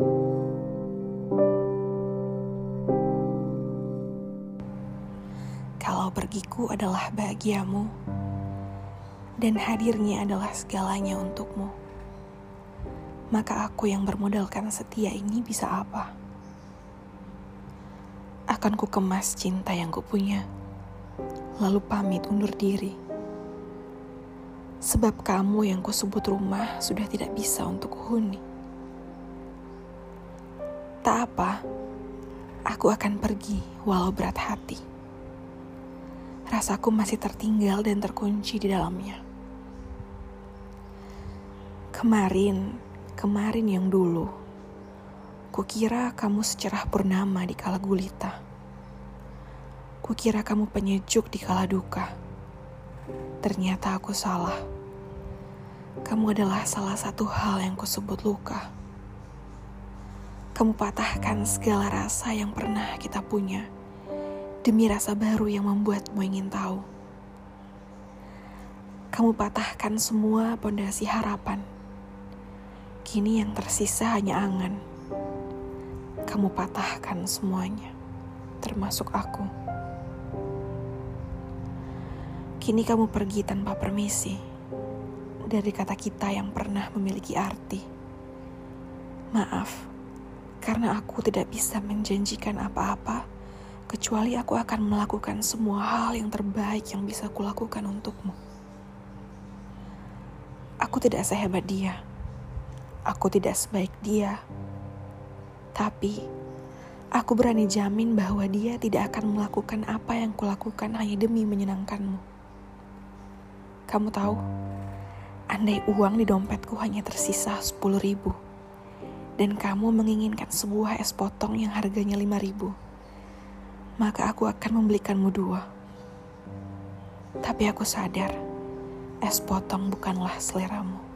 Kalau pergiku adalah bahagiamu, dan hadirnya adalah segalanya untukmu, maka aku yang bermodalkan setia ini bisa apa? Akan ku kemas cinta yang kupunya, lalu pamit undur diri. Sebab kamu yang kusebut rumah sudah tidak bisa untuk kuhuni. Tak apa, aku akan pergi walau berat hati. Rasaku masih tertinggal dan terkunci di dalamnya. Kemarin yang dulu, kukira kamu secerah purnama di kala gulita. Kukira kamu penyejuk di kala duka. Ternyata aku salah. Kamu adalah salah satu hal yang kusebut luka. Kamu patahkan segala rasa yang pernah kita punya demi rasa baru yang membuatmu ingin tahu. Kamu patahkan semua pondasi harapan. Kini yang tersisa hanya angan. Kamu patahkan semuanya, termasuk aku. Kini kamu pergi tanpa permisi dari kata kita yang pernah memiliki arti. Maaf, karena aku tidak bisa menjanjikan apa-apa, kecuali aku akan melakukan semua hal yang terbaik yang bisa kulakukan untukmu. Aku tidak sehebat dia. Aku tidak sebaik dia. Tapi, aku berani jamin bahwa dia tidak akan melakukan apa yang kulakukan hanya demi menyenangkanmu. Kamu tahu, andai uang di dompetku hanya tersisa 10.000, dan kamu menginginkan sebuah es potong yang harganya 5.000, maka aku akan membelikanmu 2. Tapi aku sadar, es potong bukanlah seleramu.